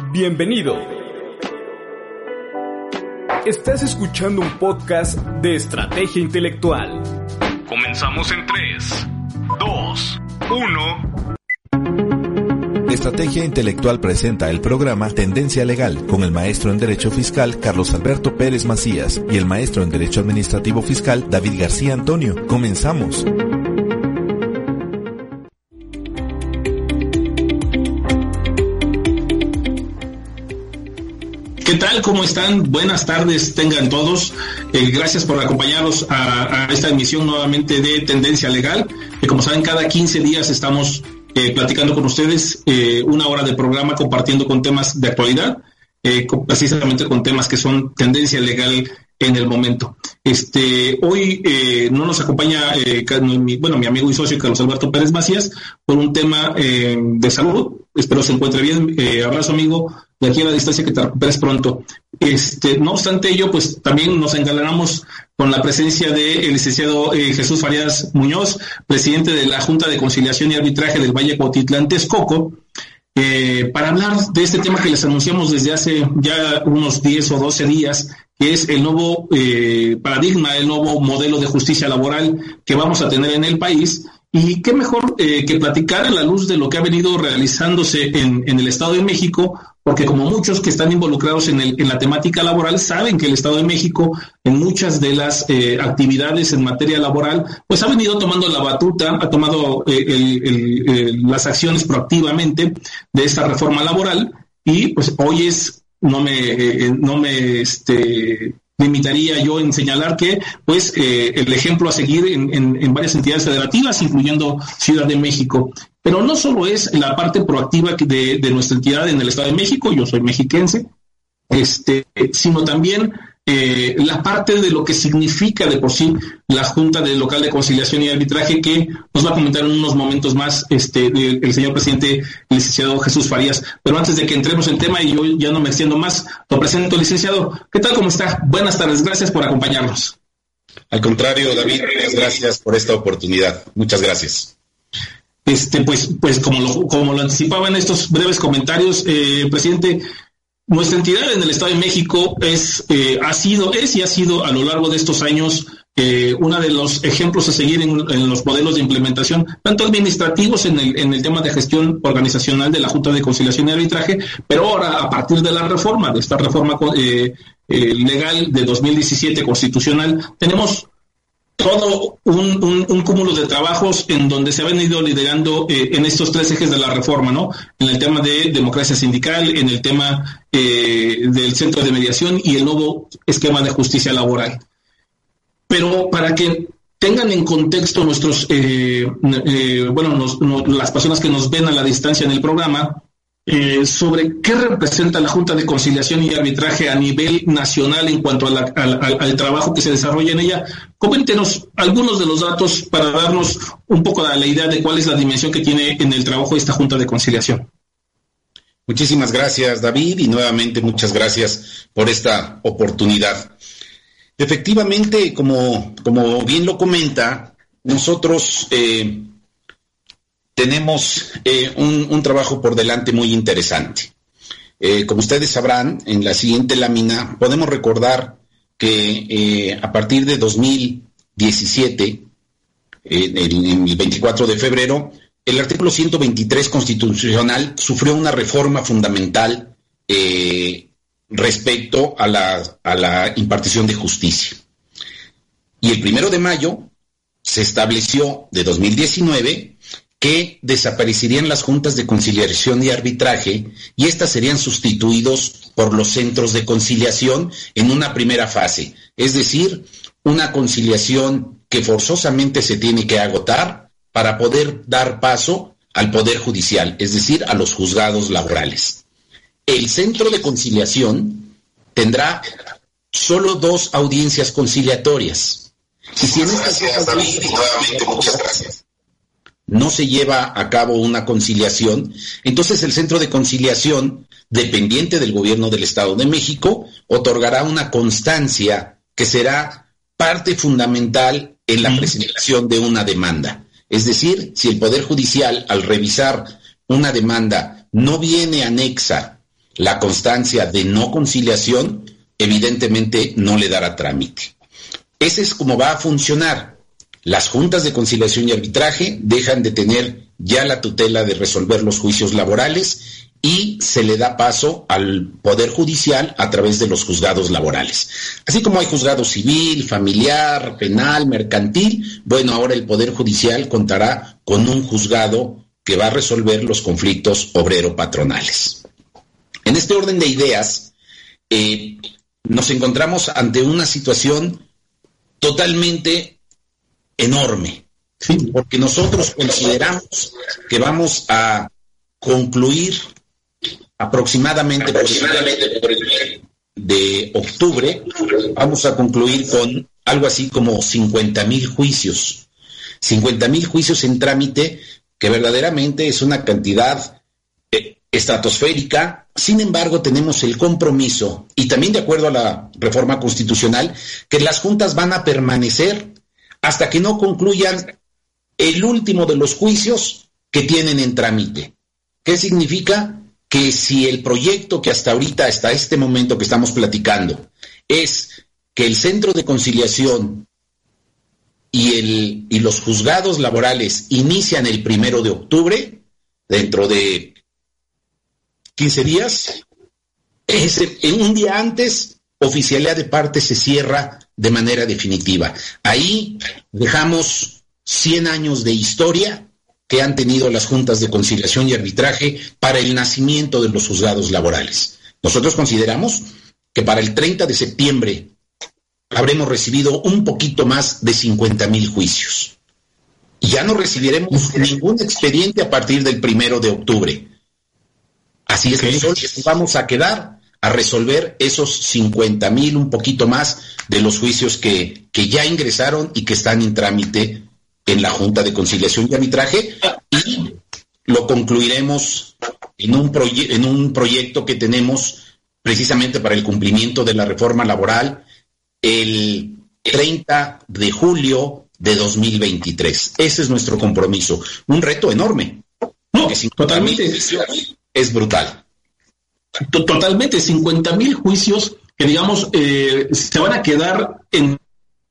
Bienvenido. Estás escuchando un podcast de Estrategia Intelectual. Comenzamos en 3, 2, 1. Estrategia Intelectual presenta el programa Tendencia Legal con el maestro en Derecho Fiscal Carlos Alberto Pérez Macías y el maestro en Derecho Administrativo Fiscal David García Antonio. Comenzamos. ¿Qué tal? ¿Cómo están? Buenas tardes tengan todos. Gracias por acompañarnos a esta emisión nuevamente de Tendencia Legal. Como saben, cada 15 días estamos platicando con ustedes una hora de programa compartiendo con temas de actualidad, precisamente con temas que son tendencia legal en el momento. Hoy no nos acompaña mi amigo y socio Carlos Alberto Pérez Macías por un tema de salud. Espero se encuentre bien. Abrazo, amigo, de aquí a la distancia, que te recuperes pronto. No obstante ello, pues también nos engalanamos con la presencia del licenciado Jesús Farías Muñoz, presidente de la Junta de Conciliación y Arbitraje del Valle Cuautitlán Texcoco, para hablar de este tema que les anunciamos desde hace ya unos 10 o 12 días, que es el nuevo paradigma, el nuevo modelo de justicia laboral que vamos a tener en el país. Y qué mejor que platicar a la luz de lo que ha venido realizándose en el Estado de México, porque como muchos que están involucrados en la temática laboral saben que el Estado de México en muchas de las actividades en materia laboral pues ha venido tomando la batuta, ha tomado las acciones proactivamente de esta reforma laboral, y pues hoy no me limitaría yo en señalar que pues el ejemplo a seguir en varias entidades federativas, incluyendo Ciudad de México. Pero no solo es la parte proactiva de nuestra entidad en el Estado de México, yo soy mexiquense, sino también la parte de lo que significa de por sí la Junta Local de Conciliación y Arbitraje, que nos va a comentar en unos momentos más el señor presidente, el licenciado Jesús Farías. Pero antes de que entremos en tema y yo ya no me extiendo más, lo presento, licenciado. ¿Qué tal? ¿Cómo está? Buenas tardes, gracias por acompañarnos. Al contrario, David, muchas gracias por esta oportunidad. Muchas gracias. Pues como lo anticipaba en estos breves comentarios, presidente, nuestra entidad en el Estado de México ha sido a lo largo de estos años uno de los ejemplos a seguir en los modelos de implementación, tanto administrativos en el tema de gestión organizacional de la Junta de Conciliación y Arbitraje, pero ahora, a partir de esta reforma legal de 2017 constitucional, tenemos todo un cúmulo de trabajos en donde se ha venido liderando en estos tres ejes de la reforma, ¿no? En el tema de democracia sindical, en el tema del centro de mediación y el nuevo esquema de justicia laboral. Pero para que tengan en contexto las personas que nos ven a la distancia en el programa, sobre qué representa la Junta de Conciliación y Arbitraje a nivel nacional en cuanto al trabajo que se desarrolla en ella. Coméntenos algunos de los datos para darnos un poco la idea de cuál es la dimensión que tiene en el trabajo esta Junta de Conciliación. Muchísimas gracias, David, y nuevamente muchas gracias por esta oportunidad. Efectivamente, como bien lo comenta, nosotros tenemos un trabajo por delante muy interesante. Como ustedes sabrán, en la siguiente lámina podemos recordar que a partir de 2017, el 24 de febrero, el artículo 123 constitucional sufrió una reforma fundamental respecto a la impartición de justicia. Y el 1 de mayo se estableció, de 2019, que desaparecerían las juntas de conciliación y arbitraje y estas serían sustituidos por los centros de conciliación en una primera fase, es decir, una conciliación que forzosamente se tiene que agotar para poder dar paso al Poder Judicial, es decir, a los juzgados laborales. El centro de conciliación tendrá solo 2 audiencias conciliatorias. Y si en estas muchas gracias. No se lleva a cabo una conciliación, entonces el centro de conciliación, dependiente del gobierno del Estado de México, otorgará una constancia que será parte fundamental en la presentación de una demanda. Es decir, si el Poder Judicial, al revisar una demanda, no viene anexa la constancia de no conciliación, evidentemente no le dará trámite. Ese es como va a funcionar. Las juntas de conciliación y arbitraje dejan de tener ya la tutela de resolver los juicios laborales y se le da paso al Poder Judicial a través de los juzgados laborales. Así como hay juzgado civil, familiar, penal, mercantil, bueno, ahora el Poder Judicial contará con un juzgado que va a resolver los conflictos obrero-patronales. En este orden de ideas, nos encontramos ante una situación totalmente enorme, ¿sí? Porque nosotros consideramos que vamos a concluir aproximadamente por el de octubre, vamos a concluir con algo así como 50,000 juicios. 50,000 juicios en trámite, que verdaderamente es una cantidad estratosférica. Sin embargo, tenemos el compromiso, y también de acuerdo a la reforma constitucional, que las juntas van a permanecer hasta que no concluyan el último de los juicios que tienen en trámite. ¿Qué significa? Que si el proyecto que hasta ahorita, hasta este momento que estamos platicando, es que el Centro de Conciliación y los juzgados laborales inician el 1 de octubre, dentro de 15 días, en un día antes, oficialidad de parte se cierra de manera definitiva. Ahí dejamos 100 años de historia que han tenido las juntas de conciliación y arbitraje para el nacimiento de los juzgados laborales. Nosotros consideramos que para el 30 de septiembre habremos recibido un poquito más de 50,000 juicios. Y ya no recibiremos ningún expediente a partir del 1 de octubre. Así es que nosotros vamos a quedar a resolver esos 50,000, un poquito más, de los juicios que ya ingresaron y que están en trámite en la Junta de Conciliación y Arbitraje, y lo concluiremos en un proyecto que tenemos precisamente para el cumplimiento de la reforma laboral el 30 de julio de 2023. Ese es nuestro compromiso. Un reto enorme. No, totalmente. Es brutal. Totalmente, 50,000 juicios que, digamos, se van a quedar en,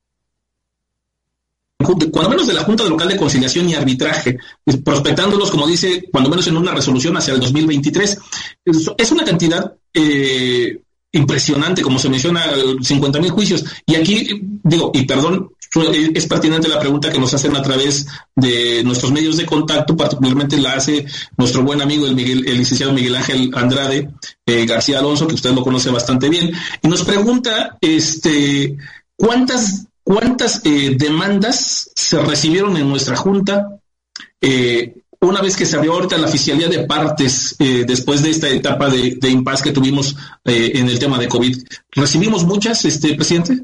cuando menos de la Junta Local de Conciliación y Arbitraje, prospectándolos, como dice, cuando menos en una resolución hacia el 2023. Es una cantidad impresionante, como se menciona, 50,000 juicios. Y aquí, digo, y perdón, es pertinente la pregunta que nos hacen a través de nuestros medios de contacto, particularmente la hace nuestro buen amigo el licenciado Miguel Ángel Andrade García Alonso, que usted lo conoce bastante bien, y nos pregunta ¿cuántas demandas se recibieron en nuestra junta una vez que se abrió ahorita la oficialidad de partes después de esta etapa de impasse que tuvimos en el tema de COVID? ¿Recibimos muchas, presidente?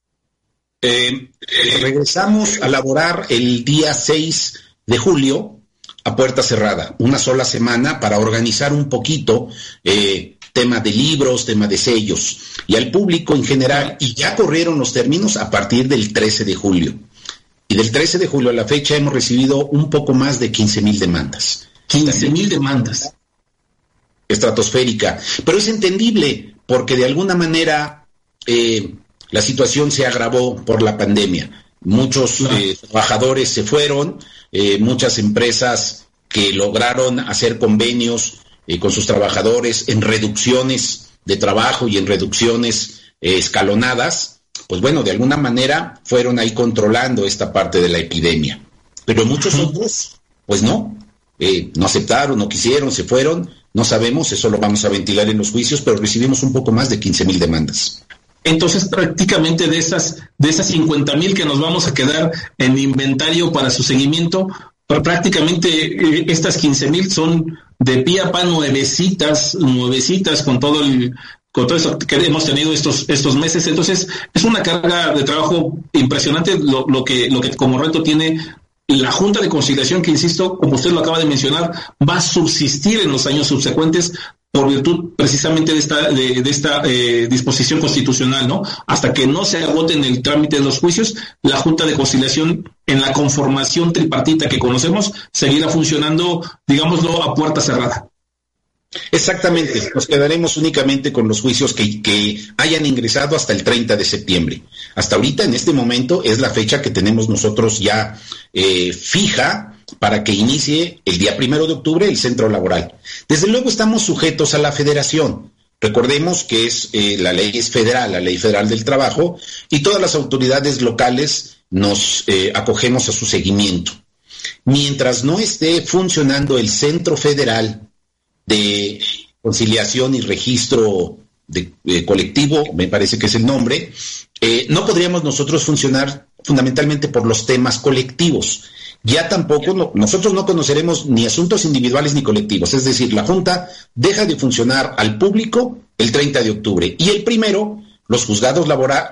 Regresamos a laborar el día 6 de julio a puerta cerrada, una sola semana para organizar un poquito tema de libros, tema de sellos, y al público en general, y ya corrieron los términos a partir del 13 de julio. Y del 13 de julio a la fecha hemos recibido un poco más de 15,000 demandas. 15,000 demandas. Estratosférica. Pero es entendible, porque de alguna manera la situación se agravó por la pandemia. Muchos trabajadores se fueron, muchas empresas que lograron hacer convenios con sus trabajadores en reducciones de trabajo y en reducciones escalonadas, pues bueno, de alguna manera fueron ahí controlando esta parte de la epidemia. Pero muchos otros, pues no aceptaron, no quisieron, se fueron, no sabemos, eso lo vamos a ventilar en los juicios, pero recibimos un poco más de 15,000 demandas. Entonces, prácticamente de esas 50,000 que nos vamos a quedar en inventario para su seguimiento, prácticamente estas 15,000 son de pie a pa nuevecitas con todo eso que hemos tenido estos meses. Entonces, es una carga de trabajo impresionante lo que como reto tiene la Junta de Conciliación, que, insisto, como usted lo acaba de mencionar, va a subsistir en los años subsecuentes por virtud precisamente de esta disposición constitucional, ¿no? Hasta que no se agoten el trámite de los juicios, la Junta de Conciliación, en la conformación tripartita que conocemos, seguirá funcionando, digámoslo, a puerta cerrada. Exactamente, nos quedaremos únicamente con los juicios que hayan ingresado hasta el 30 de septiembre. Hasta ahorita, en este momento, es la fecha que tenemos nosotros ya fija para que inicie el día 1 de octubre el centro laboral. Desde luego estamos sujetos a la federación. Recordemos que la ley es federal, la Ley Federal del Trabajo, y todas las autoridades locales nos acogemos a su seguimiento. Mientras no esté funcionando el Centro Federal de Conciliación y Registro Colectivo, me parece que es el nombre, no podríamos nosotros funcionar fundamentalmente por los temas colectivos. Ya tampoco, nosotros no conoceremos ni asuntos individuales ni colectivos, es decir, la Junta deja de funcionar al público el 30 de octubre y el 1, los juzgados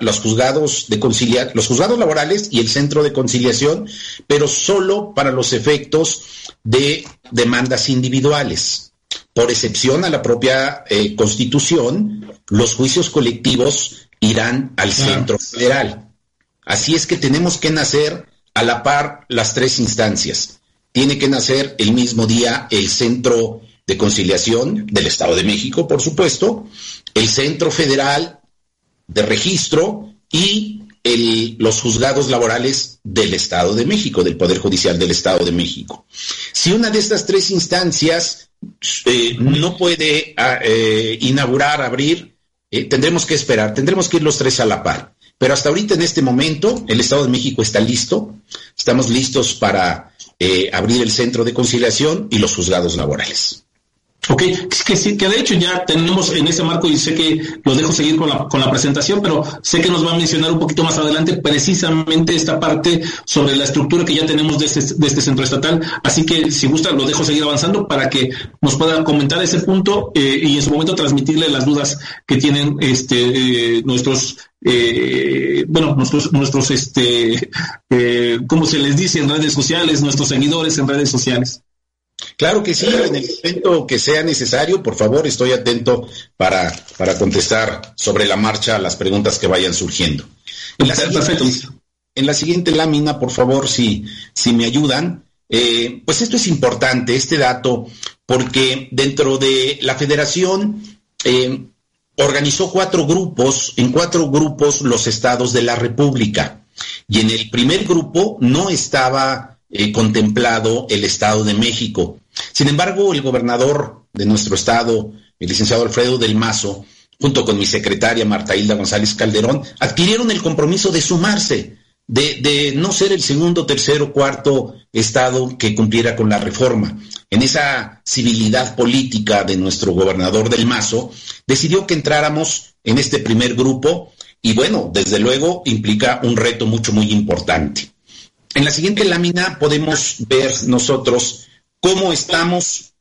laborales y el centro de conciliación, pero solo para los efectos de demandas individuales. Por excepción a la propia Constitución, los juicios colectivos irán al Centro Federal. Así es que tenemos que nacer a la par las 3 instancias. Tiene que nacer el mismo día el Centro de Conciliación del Estado de México, por supuesto, el Centro Federal de Registro y los juzgados laborales del Estado de México, del Poder Judicial del Estado de México. Si una de estas 3 instancias no puede abrir, tendremos que esperar, tendremos que ir los 3 a la par. Pero hasta ahorita, en este momento, el Estado de México está listo, estamos listos para abrir el centro de conciliación y los juzgados laborales. Ok, que de hecho ya tenemos en ese marco, y sé que los dejo seguir con la presentación, pero sé que nos va a mencionar un poquito más adelante precisamente esta parte sobre la estructura que ya tenemos de este centro estatal, así que si gusta lo dejo seguir avanzando para que nos pueda comentar ese punto y en su momento transmitirle las dudas que tienen nuestros ¿cómo se les dice en redes sociales? Nuestros seguidores en redes sociales. Claro que sí, en el momento que sea necesario, por favor, estoy atento para contestar sobre la marcha las preguntas que vayan surgiendo. En la siguiente lámina, por favor, si me ayudan, pues esto es importante, este dato, porque dentro de la federación organizó 4 grupos, en 4 grupos los estados de la República, y en el primer grupo no estaba contemplado el Estado de México. Sin embargo, el gobernador de nuestro estado, el licenciado Alfredo del Mazo, junto con mi secretaria Marta Hilda González Calderón, adquirieron el compromiso de sumarse, de no ser el segundo, tercero, cuarto estado que cumpliera con la reforma. En esa civilidad política de nuestro gobernador del Mazo, decidió que entráramos en este primer grupo y bueno, desde luego implica un reto muy importante. En la siguiente lámina podemos ver nosotros cómo estamos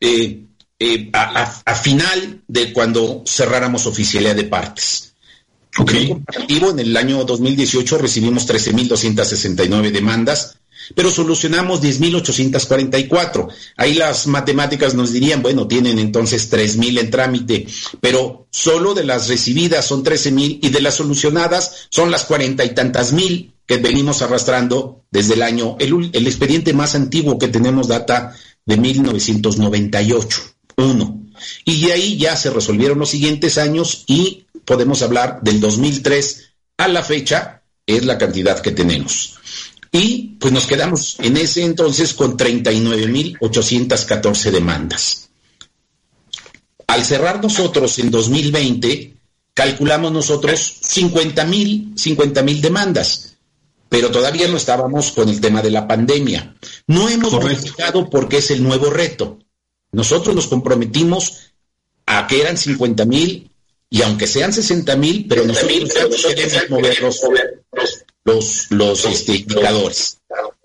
a final de cuando cerráramos oficialidad de partes. Okay. En el año 2018 recibimos 13,269 demandas, pero solucionamos 10,844. Ahí las matemáticas nos dirían, bueno, tienen entonces 3,000 en trámite, pero solo de las recibidas son 13,000 y de las solucionadas son las 40 y tantas mil que venimos arrastrando desde el año, el expediente más antiguo que tenemos data de 1998, y de ahí ya se resolvieron los siguientes años y podemos hablar del 2003 a la fecha, es la cantidad que tenemos. Y pues nos quedamos en ese entonces con 39,814 demandas. Al cerrar nosotros en 2020, calculamos nosotros 50,000 demandas. Pero todavía no estábamos con el tema de la pandemia. No hemos modificado porque es el nuevo reto. Nosotros nos comprometimos a que eran 50,000 y aunque sean 60,000, pero nosotros queremos mover los indicadores.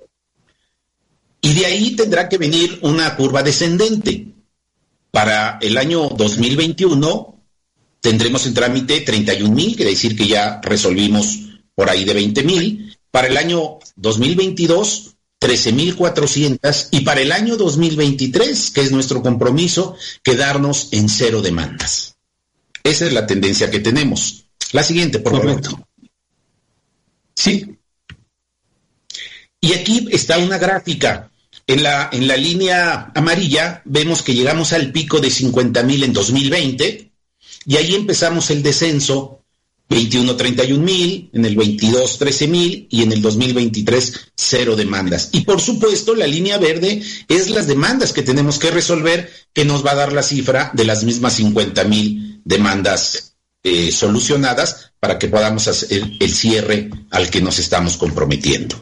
Y de ahí tendrá que venir una curva descendente. Para el año 2021 tendremos en trámite 31,000, quiere decir que ya resolvimos por ahí de 20,000. Para el año 2022, 13,400 y para el año 2023, que es nuestro compromiso, quedarnos en 0 demandas. Esa es la tendencia que tenemos. La siguiente, por favor. Sí. Y aquí está una gráfica En la línea amarilla vemos que llegamos al pico de 50,000 en 2020 y ahí empezamos el descenso, 21, 31,000, en el 22, 13,000 y en el 2023, 0 demandas. Y por supuesto, la línea verde es las demandas que tenemos que resolver, que nos va a dar la cifra de las mismas 50,000 demandas solucionadas para que podamos hacer el cierre al que nos estamos comprometiendo.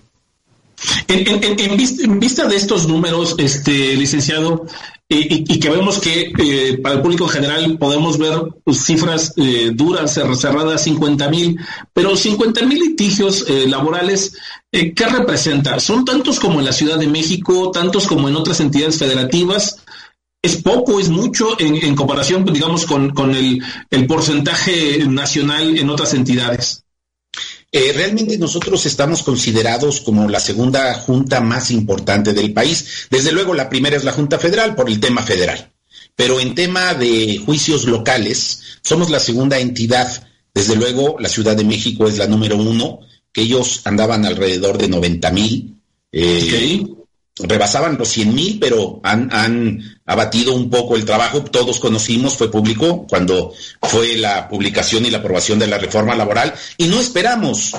En vista de estos números, licenciado, y que vemos que para el público en general podemos ver cifras duras, cerradas, 50,000, pero 50,000 litigios laborales, ¿qué representa? ¿Son tantos como en la Ciudad de México, tantos como en otras entidades federativas? ¿Es poco, es mucho en comparación, digamos, con el porcentaje nacional en otras entidades? Realmente nosotros estamos considerados como la segunda junta más importante del país. Desde luego la primera es la Junta Federal por el tema federal, pero en tema de juicios locales somos la segunda entidad. Desde luego la Ciudad de México es la número 1, que ellos andaban alrededor de 90,000. Okay. Rebasaban los 100,000, pero han abatido un poco el trabajo. Todos conocimos, fue público cuando fue la publicación y la aprobación de la reforma laboral, y no esperamos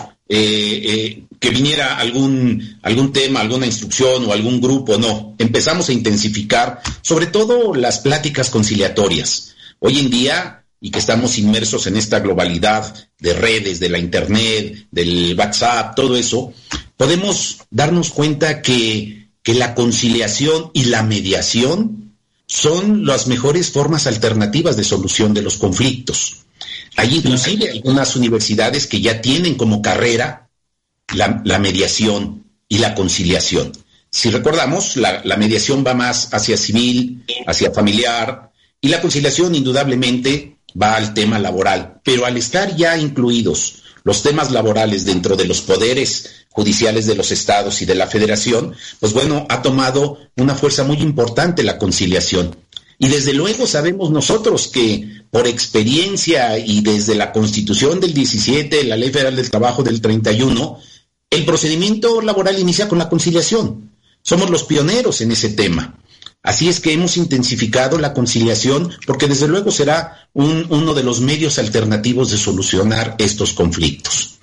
que viniera algún tema, alguna instrucción o algún grupo, no. Empezamos a intensificar, sobre todo las pláticas conciliatorias. Hoy en día, y que estamos inmersos en esta globalidad de redes, de la internet, del WhatsApp, todo eso, podemos darnos cuenta que la conciliación y la mediación son las mejores formas alternativas de solución de los conflictos. Hay inclusive algunas universidades que ya tienen como carrera la mediación y la conciliación. Si recordamos, la mediación va más hacia civil, hacia familiar, y la conciliación indudablemente va al tema laboral. Pero al estar ya incluidos los temas laborales dentro de los poderes judiciales de los estados y de la federación, pues bueno, ha tomado una fuerza muy importante la conciliación. Y desde luego sabemos nosotros que por experiencia y desde la Constitución del 17, la Ley Federal del Trabajo del 31, el procedimiento laboral inicia con la conciliación. Somos los pioneros en ese tema. Así es que hemos intensificado la conciliación porque desde luego será uno de los medios alternativos de solucionar estos conflictos.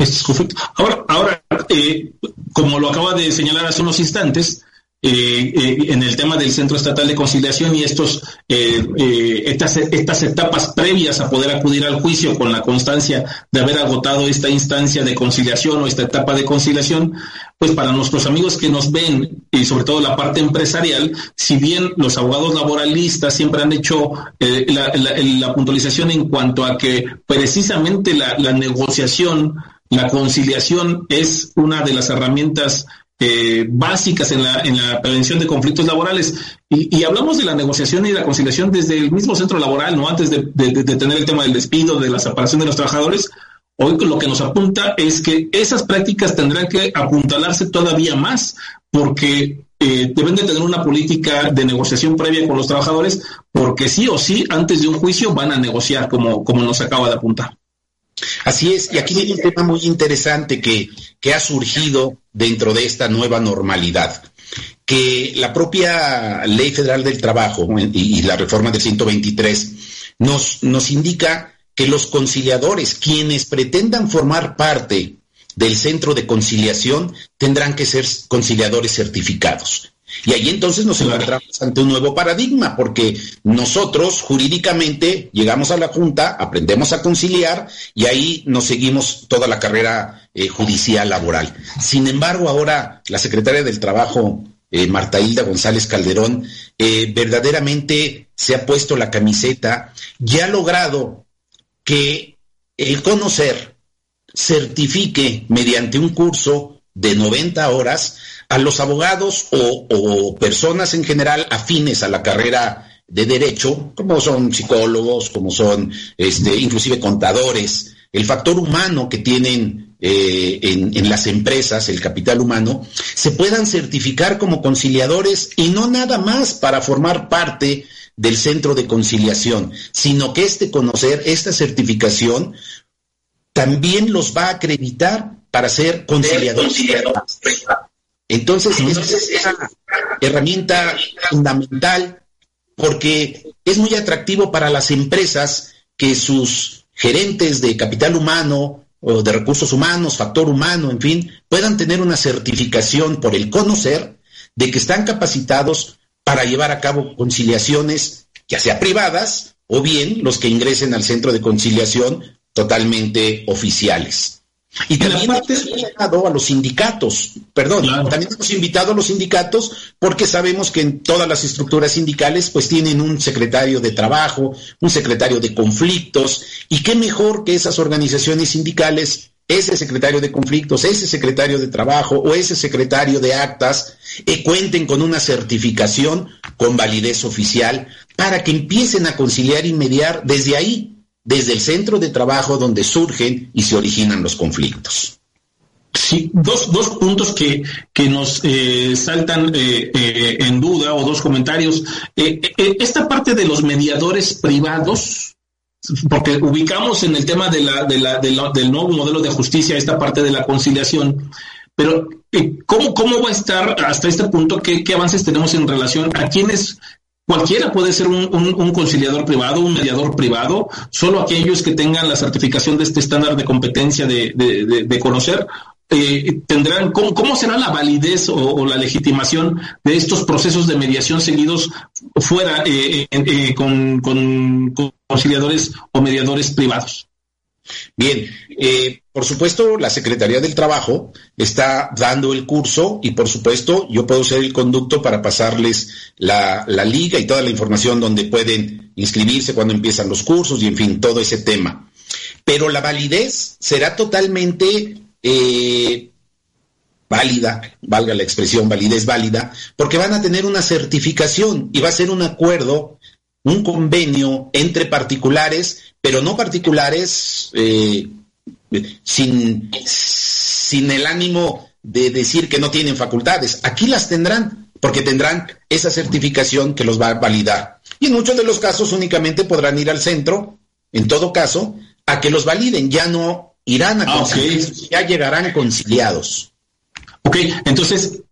Ahora, como lo acaba de señalar hace unos instantes, en el tema del Centro Estatal de Conciliación y estas etapas previas a poder acudir al juicio con la constancia de haber agotado esta instancia de conciliación o esta etapa de conciliación, pues para nuestros amigos que nos ven y sobre todo la parte empresarial, si bien los abogados laboralistas siempre han hecho la puntualización en cuanto a que precisamente la negociación, la conciliación es una de las herramientas básicas en la prevención de conflictos laborales, y hablamos de la negociación y la conciliación desde el mismo centro laboral, ¿no? Antes de tener el tema del despido, de la separación de los trabajadores. Hoy lo que nos apunta es que esas prácticas tendrán que apuntalarse todavía más, porque deben de tener una política de negociación previa con los trabajadores, porque sí o sí, antes de un juicio van a negociar, como nos acaba de apuntar. Así es, y aquí hay un tema muy interesante que ha surgido dentro de esta nueva normalidad, que la propia Ley Federal del Trabajo y la reforma del 123 nos indica que los conciliadores, quienes pretendan formar parte del centro de conciliación, tendrán que ser conciliadores certificados. Y ahí entonces nos encontramos ante un nuevo paradigma, porque nosotros jurídicamente llegamos a la Junta, aprendemos a conciliar y ahí nos seguimos toda la carrera judicial laboral. Sin embargo, ahora la secretaria del Trabajo, Marta Hilda González Calderón, verdaderamente se ha puesto la camiseta y ha logrado que el conocer certifique mediante un curso de 90 horas a los abogados o personas en general afines a la carrera de derecho, como son psicólogos, como son inclusive contadores, el factor humano que tienen en las empresas, el capital humano, se puedan certificar como conciliadores, y no nada más para formar parte del centro de conciliación, sino que conocer, esta certificación también los va a acreditar para ser conciliadores. Entonces, es una herramienta fundamental porque es muy atractivo para las empresas que sus gerentes de capital humano o de recursos humanos, factor humano, en fin, puedan tener una certificación por el conocer de que están capacitados para llevar a cabo conciliaciones, ya sea privadas o bien los que ingresen al centro de conciliación totalmente oficiales. Y también hemos invitado a los sindicatos, también hemos invitado a los sindicatos porque sabemos que en todas las estructuras sindicales pues tienen un secretario de trabajo, un secretario de conflictos, y qué mejor que esas organizaciones sindicales, ese secretario de conflictos, ese secretario de trabajo o ese secretario de actas cuenten con una certificación con validez oficial para que empiecen a conciliar y mediar desde ahí, desde el centro de trabajo donde surgen y se originan los conflictos. Sí, dos puntos que nos saltan en duda, o dos comentarios. Esta parte de los mediadores privados, porque ubicamos en el tema del nuevo modelo de justicia esta parte de la conciliación, pero ¿cómo va a estar hasta este punto? ¿Qué avances tenemos en relación a quienes... Cualquiera puede ser un conciliador privado, un mediador privado, solo aquellos que tengan la certificación de este estándar de competencia de conocer tendrán, ¿cómo será la validez o la legitimación de estos procesos de mediación seguidos fuera con conciliadores o mediadores privados? Bien, por supuesto la Secretaría del Trabajo está dando el curso y por supuesto yo puedo ser el conducto para pasarles la liga y toda la información donde pueden inscribirse, cuando empiezan los cursos y en fin, todo ese tema. Pero la validez será totalmente válida, valga la expresión, validez válida, porque van a tener una certificación y va a ser un acuerdo, un convenio entre particulares, pero no particulares sin el ánimo de decir que no tienen facultades. Aquí las tendrán, porque tendrán esa certificación que los va a validar. Y en muchos de los casos únicamente podrán ir al centro, en todo caso, a que los validen. Ya no irán a conciliar, ya llegarán conciliados. Ok, entonces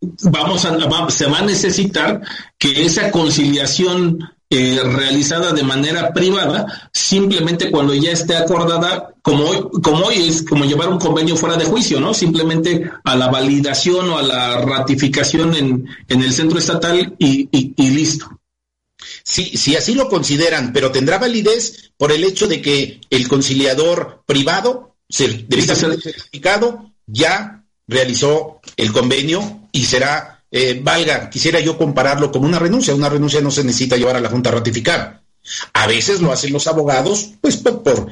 se va a necesitar que esa conciliación realizada de manera privada, simplemente cuando ya esté acordada, como hoy es como llevar un convenio fuera de juicio, ¿no? Simplemente a la validación o a la ratificación en el centro estatal y listo. Sí, así lo consideran, pero tendrá validez por el hecho de que el conciliador privado, debidamente certificado, ya realizó el convenio y será... quisiera yo compararlo con una renuncia. Una renuncia no se necesita llevar a la Junta a ratificar. A veces lo hacen los abogados, pues por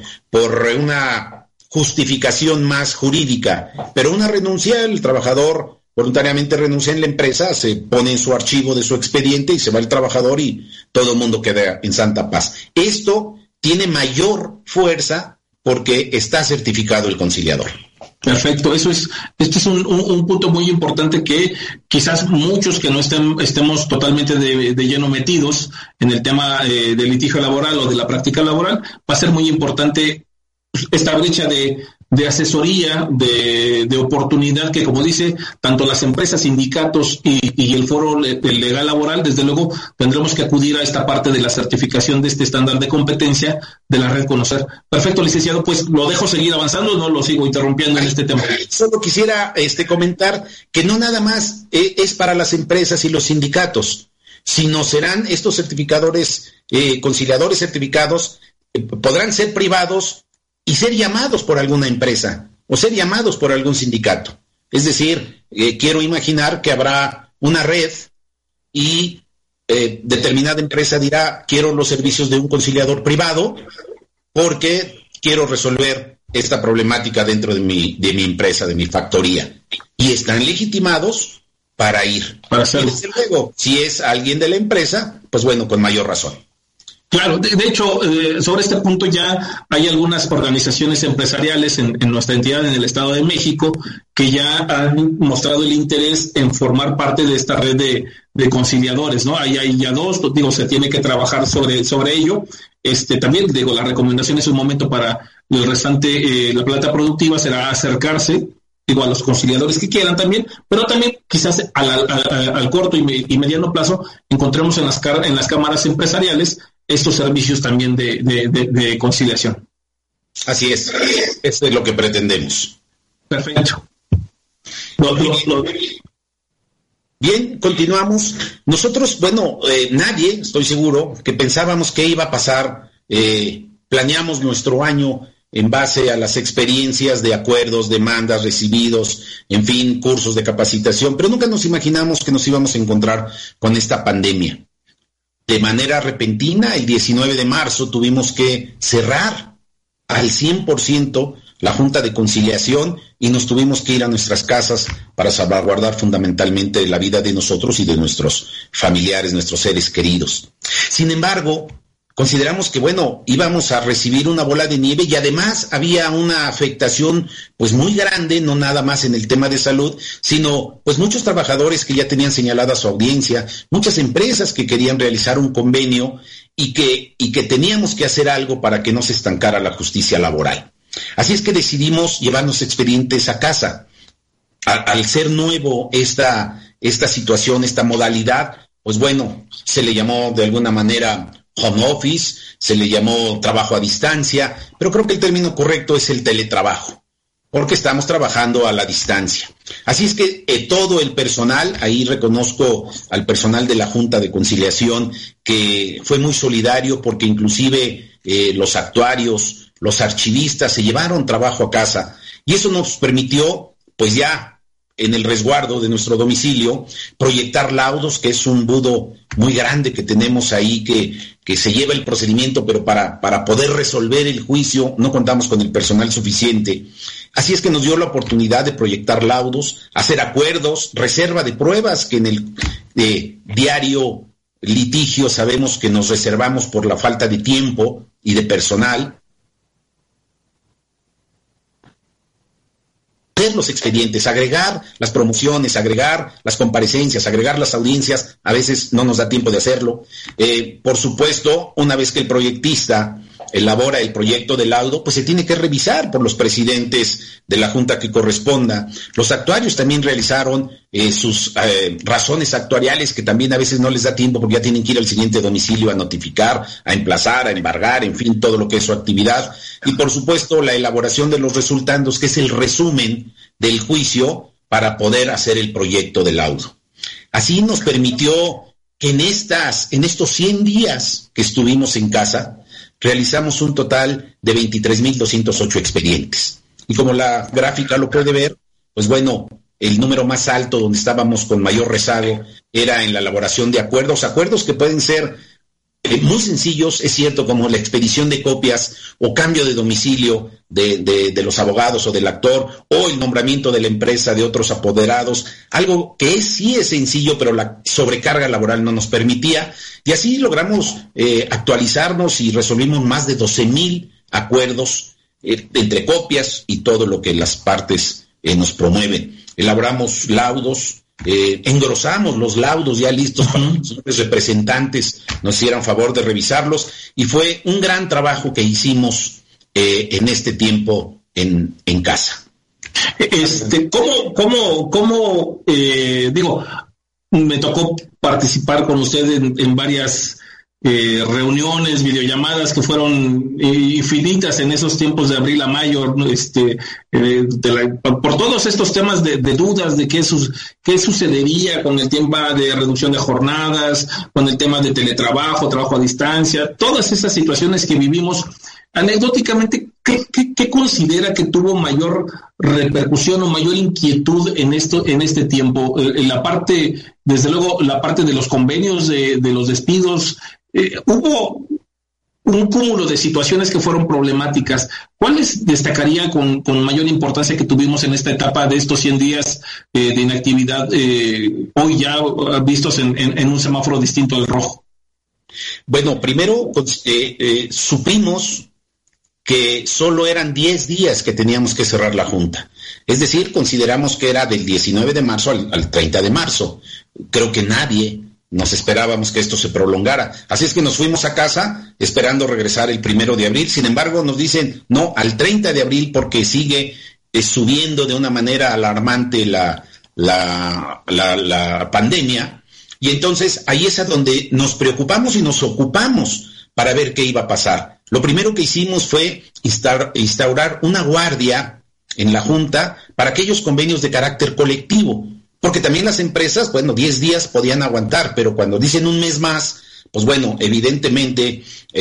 una justificación más jurídica, pero una renuncia, el trabajador voluntariamente renuncia en la empresa, se pone en su archivo de su expediente y se va el trabajador y todo el mundo queda en santa paz. Esto tiene mayor fuerza porque está certificado el conciliador. Perfecto, este es un punto muy importante que quizás muchos que no estemos totalmente de lleno metidos en el tema de litigio laboral o de la práctica laboral, va a ser muy importante esta brecha de asesoría, de oportunidad que, como dice, tanto las empresas, sindicatos y el foro legal laboral, desde luego tendremos que acudir a esta parte de la certificación de este estándar de competencia de la red Conocer. Perfecto, licenciado, pues lo dejo seguir avanzando, no lo sigo interrumpiendo en este tema. Solo quisiera comentar que no nada más es para las empresas y los sindicatos, sino serán estos certificadores, conciliadores certificados, podrán ser privados y ser llamados por alguna empresa o ser llamados por algún sindicato. Es decir, quiero imaginar que habrá una red y determinada empresa dirá, quiero los servicios de un conciliador privado porque quiero resolver esta problemática dentro de mi empresa, de mi factoría. Y están legitimados para ir. Para hacerlo. Y desde luego, si es alguien de la empresa, pues bueno, con mayor razón. Claro, de hecho, sobre este punto ya hay algunas organizaciones empresariales en nuestra entidad, en el Estado de México, que ya han mostrado el interés en formar parte de esta red de conciliadores, ¿no? Ahí hay ya dos, se tiene que trabajar sobre ello. También, la recomendación es un momento para el restante, la planta productiva será acercarse digo, a los conciliadores que quieran también, pero también quizás al corto y mediano plazo encontremos en las cámaras empresariales estos servicios también de conciliación. Así es, eso es lo que pretendemos. Perfecto. Bien, continuamos. Nosotros, nadie, estoy seguro, que pensábamos que iba a pasar, planeamos nuestro año en base a las experiencias de acuerdos, demandas recibidos, en fin, cursos de capacitación, pero nunca nos imaginamos que nos íbamos a encontrar con esta pandemia. De manera repentina, el 19 de marzo tuvimos que cerrar al 100% la Junta de Conciliación y nos tuvimos que ir a nuestras casas para salvaguardar fundamentalmente la vida de nosotros y de nuestros familiares, nuestros seres queridos. Sin embargo, consideramos que, íbamos a recibir una bola de nieve y además había una afectación, muy grande, no nada más en el tema de salud, sino, muchos trabajadores que ya tenían señalada su audiencia, muchas empresas que querían realizar un convenio y que teníamos que hacer algo para que no se estancara la justicia laboral. Así es que decidimos llevarnos expedientes a casa. Al ser nuevo esta situación, esta modalidad, se le llamó de alguna manera home office, se le llamó trabajo a distancia, pero creo que el término correcto es el teletrabajo, porque estamos trabajando a la distancia. Así es que todo el personal, ahí reconozco al personal de la Junta de Conciliación, que fue muy solidario, porque inclusive los actuarios, los archivistas se llevaron trabajo a casa, y eso nos permitió, ya en el resguardo de nuestro domicilio, proyectar laudos, que es un budo muy grande que tenemos ahí, que se lleva el procedimiento, pero para poder resolver el juicio no contamos con el personal suficiente. Así es que nos dio la oportunidad de proyectar laudos, hacer acuerdos, reserva de pruebas, que en el diario litigio sabemos que nos reservamos por la falta de tiempo y de personal. Los expedientes, agregar las promociones, agregar las comparecencias, agregar las audiencias, a veces no nos da tiempo de hacerlo. Por supuesto, una vez que el proyectista elabora el proyecto de laudo, se tiene que revisar por los presidentes de la junta que corresponda. Los actuarios también realizaron sus razones actuariales, que también a veces no les da tiempo porque ya tienen que ir al siguiente domicilio a notificar, a emplazar, a embargar, en fin, todo lo que es su actividad. Y por supuesto, la elaboración de los resultandos, que es el resumen del juicio para poder hacer el proyecto de laudo. Así nos permitió que en estos 100 días que estuvimos en casa, realizamos un total de 23,208 expedientes. Y como la gráfica lo puede ver, el número más alto donde estábamos con mayor rezago era en la elaboración de acuerdos que pueden ser muy sencillos, es cierto, como la expedición de copias o cambio de domicilio de los abogados o del actor, o el nombramiento de la empresa de otros apoderados, algo que sí es sencillo, pero la sobrecarga laboral no nos permitía, y así logramos actualizarnos y resolvimos más de 12,000 acuerdos entre copias y todo lo que las partes nos promueven. Elaboramos laudos, engrosamos los laudos ya listos para que los representantes nos hicieran favor de revisarlos, y fue un gran trabajo que hicimos en este tiempo en casa. Me tocó participar con usted en varias reuniones, videollamadas que fueron infinitas en esos tiempos de abril a mayo, por todos estos temas de dudas de qué sucedería con el tema de reducción de jornadas, con el tema de teletrabajo, trabajo a distancia, todas esas situaciones que vivimos. Anecdóticamente, ¿qué considera que tuvo mayor repercusión o mayor inquietud en este tiempo? La parte, desde luego, la parte de los convenios, de los despidos. Hubo un cúmulo de situaciones que fueron problemáticas. ¿Cuáles destacaría con mayor importancia que tuvimos en esta etapa de estos 100 días de inactividad, hoy ya vistos en un semáforo distinto al rojo? Primero supimos que solo eran 10 días que teníamos que cerrar la Junta. Es decir, consideramos que era del 19 de marzo al 30 de marzo. Creo que nadie nos esperábamos que esto se prolongara. Así es que nos fuimos a casa esperando regresar el 1 de abril. Sin embargo, nos dicen, no, al 30 de abril porque sigue subiendo de una manera alarmante la pandemia, y entonces ahí es a donde nos preocupamos y nos ocupamos para ver qué iba a pasar. Lo primero que hicimos fue instaurar una guardia en la Junta para aquellos convenios de carácter colectivo, porque también las empresas, 10 días podían aguantar, pero cuando dicen un mes más, pues evidentemente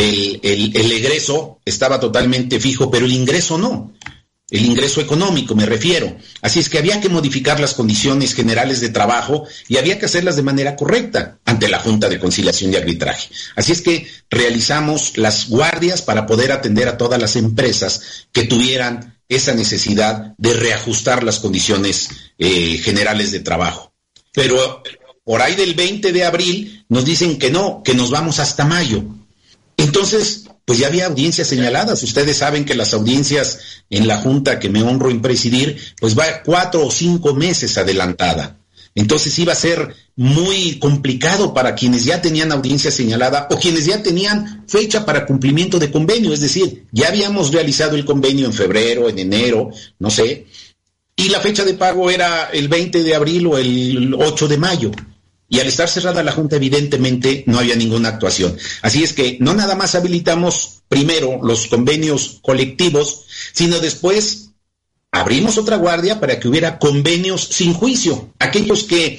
el egreso estaba totalmente fijo, pero el ingreso no. El ingreso económico, me refiero. Así es que había que modificar las condiciones generales de trabajo y había que hacerlas de manera correcta ante la Junta de Conciliación y Arbitraje. Así es que realizamos las guardias para poder atender a todas las empresas que tuvieran esa necesidad de reajustar las condiciones generales de trabajo. Pero por ahí del 20 de abril nos dicen que no, que nos vamos hasta mayo. Entonces, pues ya había audiencias señaladas. Ustedes saben que las audiencias en la Junta que me honro en presidir, pues va 4 o 5 meses adelantada. Entonces iba a ser muy complicado para quienes ya tenían audiencia señalada o quienes ya tenían fecha para cumplimiento de convenio. Es decir, ya habíamos realizado el convenio en febrero, en enero, no sé, y la fecha de pago era el 20 de abril o el 8 de mayo. Y al estar cerrada la Junta, evidentemente, no había ninguna actuación. Así es que no nada más habilitamos primero los convenios colectivos, sino después abrimos otra guardia para que hubiera convenios sin juicio. Aquellos que,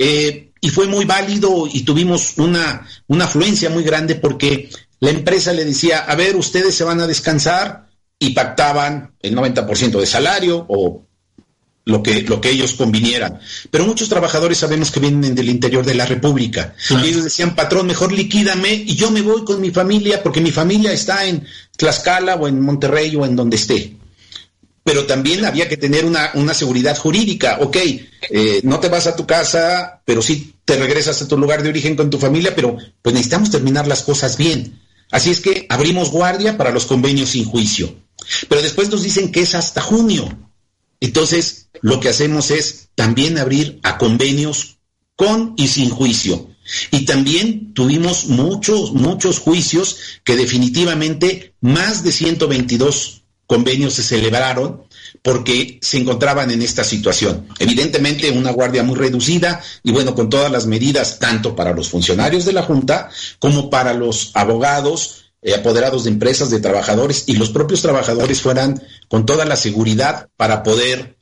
y fue muy válido y tuvimos una afluencia muy grande porque la empresa le decía, a ver, ustedes se van a descansar, y pactaban el 90% de salario o lo que ellos convinieran. Pero muchos trabajadores sabemos que vienen del interior de la República. Claro. Y ellos decían, patrón, mejor liquídame y yo me voy con mi familia porque mi familia está en Tlaxcala o en Monterrey o en donde esté. Pero también había que tener una seguridad jurídica. Ok, no te vas a tu casa, pero sí te regresas a tu lugar de origen con tu familia, pero pues necesitamos terminar las cosas bien. Así es que abrimos guardia para los convenios sin juicio. Pero después nos dicen que es hasta junio. Entonces, lo que hacemos es también abrir a convenios con y sin juicio. Y también tuvimos muchos juicios que definitivamente más de 122 convenios se celebraron porque se encontraban en esta situación. Evidentemente una guardia muy reducida y con todas las medidas tanto para los funcionarios de la Junta como para los abogados, apoderados de empresas, de trabajadores, y los propios trabajadores fueran con toda la seguridad para poder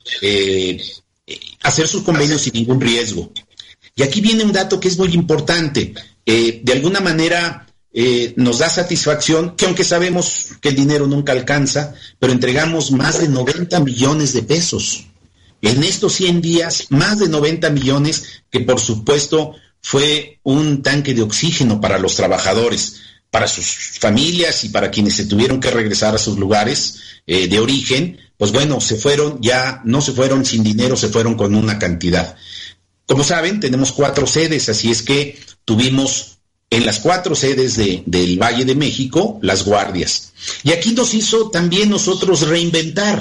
hacer sus convenios sin ningún riesgo. Y aquí viene un dato que es muy importante. De alguna manera nos da satisfacción que, aunque sabemos que el dinero nunca alcanza, pero entregamos más de 90 millones de pesos. En estos 100 días, más de 90 millones, que por supuesto fue un tanque de oxígeno para los trabajadores, para sus familias y para quienes se tuvieron que regresar a sus lugares de origen. Pues se fueron, ya no se fueron sin dinero, se fueron con una cantidad. Como saben, tenemos 4 sedes, así es que tuvimos en las 4 sedes del Valle de México las guardias. Y aquí nos hizo también nosotros reinventar,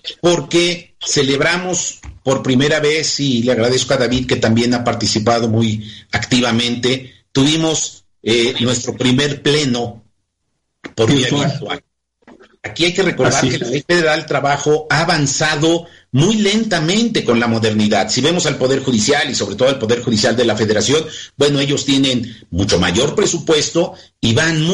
porque celebramos por primera vez, y le agradezco a David que también ha participado muy activamente, tuvimos nuestro primer pleno por vía virtual. Aquí hay que recordar que la Ley Federal del Trabajo ha avanzado muy lentamente con la modernidad. Si vemos al Poder Judicial y sobre todo al Poder Judicial de la Federación, ellos tienen mucho mayor presupuesto y van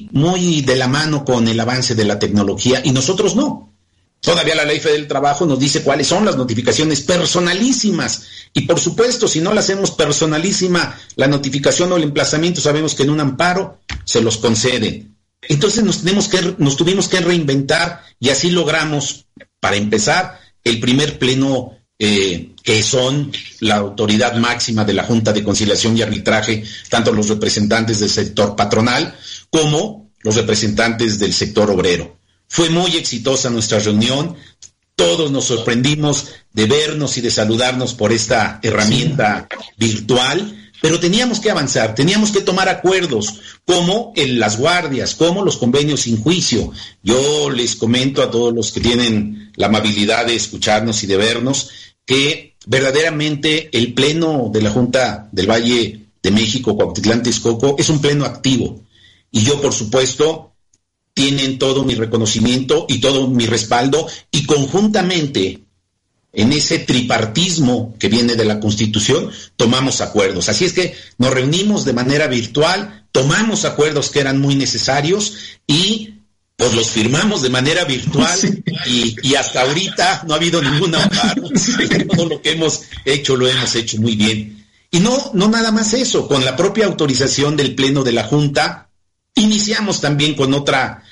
muy de la mano con el avance de la tecnología, y nosotros no. Todavía la Ley Federal del Trabajo nos dice cuáles son las notificaciones personalísimas. Y por supuesto, si no la hacemos personalísima, la notificación o el emplazamiento, sabemos que en un amparo se los conceden. Entonces nos tuvimos que reinventar, y así logramos, para empezar, el primer pleno que son la autoridad máxima de la Junta de Conciliación y Arbitraje, tanto los representantes del sector patronal como los representantes del sector obrero. Fue muy exitosa nuestra reunión, todos nos sorprendimos de vernos y de saludarnos por esta herramienta virtual, pero teníamos que avanzar, teníamos que tomar acuerdos, como en las guardias, como los convenios sin juicio. Yo les comento a todos los que tienen la amabilidad de escucharnos y de vernos, que verdaderamente el pleno de la Junta del Valle de México, Cuautitlán Texcoco, es un pleno activo. Y yo, por supuesto, tienen todo mi reconocimiento y todo mi respaldo, y conjuntamente en ese tripartismo que viene de la Constitución tomamos acuerdos. Así es que nos reunimos de manera virtual, tomamos acuerdos que eran muy necesarios y pues los firmamos de manera virtual. Sí. Y hasta ahorita no ha habido ningún amparo. Sí. Todo lo que hemos hecho lo hemos hecho muy bien. Y no nada más eso, con la propia autorización del Pleno de la Junta, iniciamos también con otra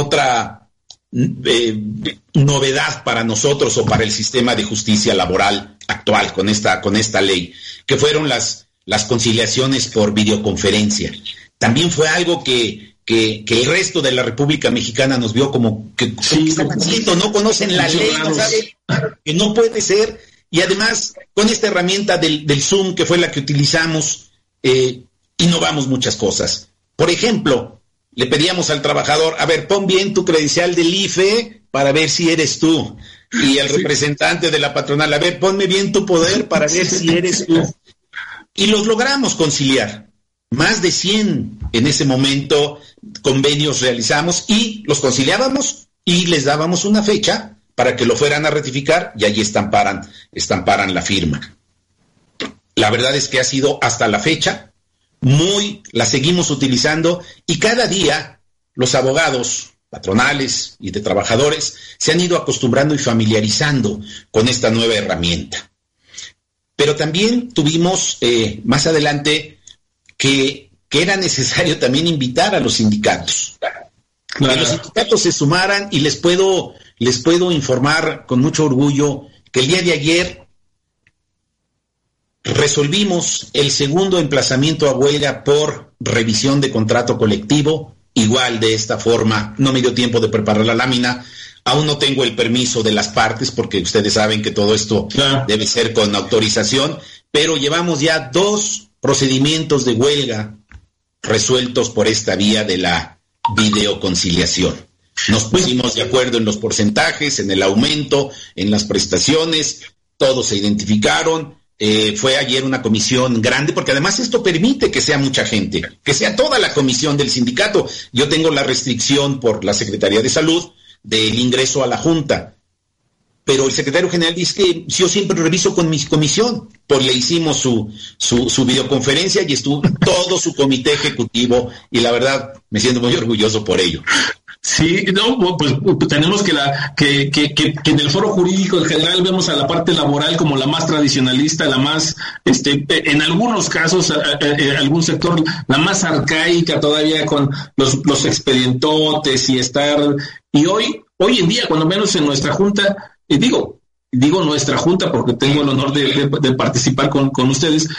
novedad para nosotros o para el sistema de justicia laboral actual con esta ley, que fueron las conciliaciones por videoconferencia. También fue algo que el resto de la República Mexicana nos vio como que están haciendo, no conocen la ley, no saben que no puede ser. Y además, con esta herramienta del Zoom, que fue la que utilizamos, innovamos muchas cosas. Por ejemplo, le pedíamos al trabajador, a ver, pon bien tu credencial del IFE para ver si eres tú. Y al representante de la patronal, a ver, ponme bien tu poder para ver si eres tú. Y los logramos conciliar. Más de 100 en ese momento convenios realizamos y los conciliábamos y les dábamos una fecha para que lo fueran a ratificar y allí estamparan la firma. La verdad es que ha sido hasta la fecha la seguimos utilizando, y cada día los abogados patronales y de trabajadores se han ido acostumbrando y familiarizando con esta nueva herramienta. Pero también tuvimos más adelante que era necesario también invitar a los sindicatos. Claro. Que los sindicatos se sumaran, y les puedo informar con mucho orgullo que el día de ayer resolvimos el segundo emplazamiento a huelga por revisión de contrato colectivo, igual de esta forma. No me dio tiempo de preparar la lámina, aún no tengo el permiso de las partes, porque ustedes saben que todo esto debe ser con autorización, pero llevamos ya 2 procedimientos de huelga resueltos por esta vía de la videoconciliación. Nos pusimos de acuerdo en los porcentajes, en el aumento, en las prestaciones, todos se identificaron. Fue ayer una comisión grande, porque además esto permite que sea mucha gente, que sea toda la comisión del sindicato. Yo tengo la restricción por la Secretaría de Salud del ingreso a la Junta, pero el secretario general dice que yo siempre reviso con mi comisión. Pues le hicimos su videoconferencia y estuvo todo su comité ejecutivo, y la verdad me siento muy orgulloso por ello. Sí, no, pues tenemos que en el foro jurídico en general vemos a la parte laboral como la más tradicionalista, la más, en algunos casos, algún sector, la más arcaica todavía, con los expedientotes y hoy en día, cuando menos en nuestra junta, digo nuestra junta porque tengo el honor de participar con ustedes,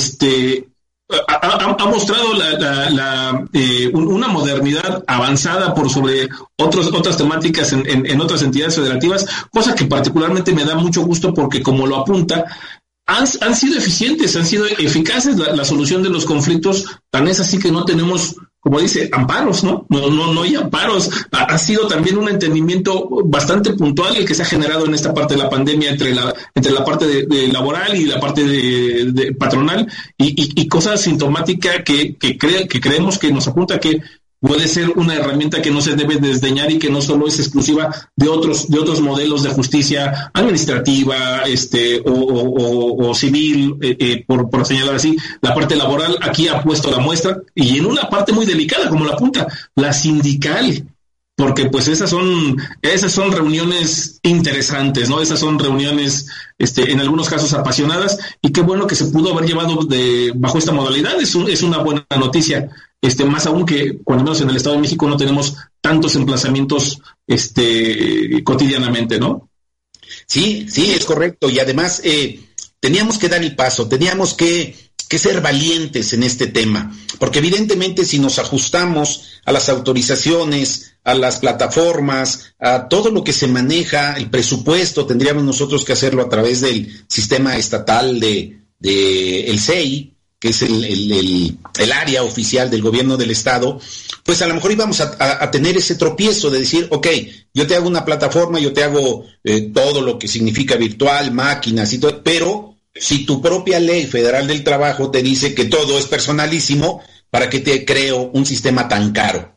ha mostrado una modernidad avanzada por sobre otras temáticas en otras entidades federativas, cosa que particularmente me da mucho gusto, porque como lo apunta, han sido eficientes, han sido eficaces la solución de los conflictos. Tan es así que no tenemos, como dice, amparos, ¿no? No hay amparos. Ha sido también un entendimiento bastante puntual el que se ha generado en esta parte de la pandemia entre la parte de laboral y la parte de patronal, y cosa sintomática que creemos que nos apunta que puede ser una herramienta que no se debe desdeñar y que no solo es exclusiva de otros modelos de justicia administrativa, o civil, por señalar así. La parte laboral aquí ha puesto la muestra, y en una parte muy delicada, como la apunta, la sindical, porque pues esas son reuniones interesantes, ¿no? Esas son reuniones, en algunos casos apasionadas, y qué bueno que se pudo haber llevado bajo esta modalidad. Es una buena noticia. Más aún que, cuando menos en el Estado de México, no tenemos tantos emplazamientos cotidianamente, ¿no? Sí, es correcto. Y además teníamos que dar el paso, teníamos que ser valientes en este tema, porque evidentemente si nos ajustamos a las autorizaciones, a las plataformas, a todo lo que se maneja, el presupuesto, tendríamos nosotros que hacerlo a través del sistema estatal de el SEI, que es el área oficial del gobierno del estado, pues a lo mejor íbamos a tener ese tropiezo de decir, ok, yo te hago una plataforma, yo te hago todo lo que significa virtual, máquinas y todo, pero si tu propia ley federal del trabajo te dice que todo es personalísimo, ¿para qué te creo un sistema tan caro?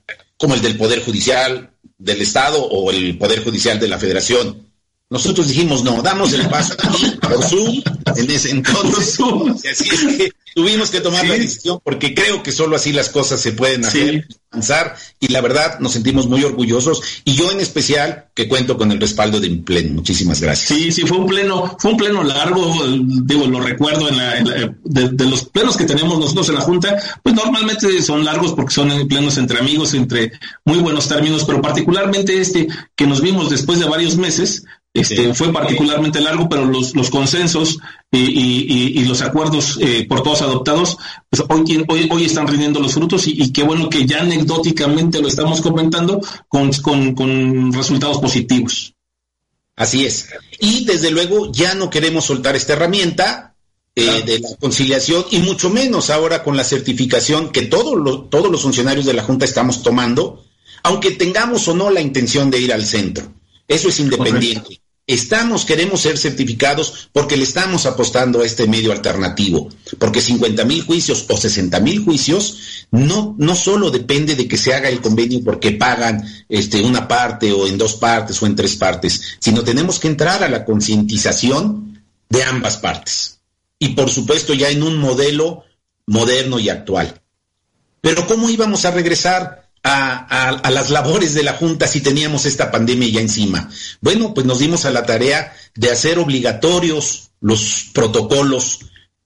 como el del Poder Judicial del Estado o el Poder Judicial de la Federación. Nosotros dijimos, no, damos el paso aquí por Zoom, en ese entonces, así es que tuvimos que tomar la decisión, porque creo que solo así las cosas se pueden hacer, avanzar, y la verdad nos sentimos muy orgullosos, y yo en especial, que cuento con el respaldo de mi pleno. Muchísimas gracias. Sí, fue un pleno largo, digo, lo recuerdo de los plenos que tenemos nosotros en la Junta, pues normalmente son largos porque son plenos entre amigos, entre muy buenos términos, pero particularmente que nos vimos después de varios meses, fue particularmente largo, pero los consensos y los acuerdos por todos adoptados, pues hoy están rindiendo los frutos, y qué bueno que ya anecdóticamente lo estamos comentando con resultados positivos. Así es. Y desde luego ya no queremos soltar esta herramienta de la conciliación, y mucho menos ahora con la certificación que todos los funcionarios de la Junta estamos tomando, aunque tengamos o no la intención de ir al centro. Eso es independiente. Correcto. Queremos ser certificados porque le estamos apostando a este medio alternativo, porque 50,000 juicios o 60,000 juicios no solo depende de que se haga el convenio porque pagan una parte o en 2 partes o en 3 partes, sino tenemos que entrar a la concientización de ambas partes, y por supuesto ya en un modelo moderno y actual. Pero ¿cómo íbamos a regresar a las labores de la Junta si teníamos esta pandemia ya encima? Bueno, pues nos dimos a la tarea de hacer obligatorios los protocolos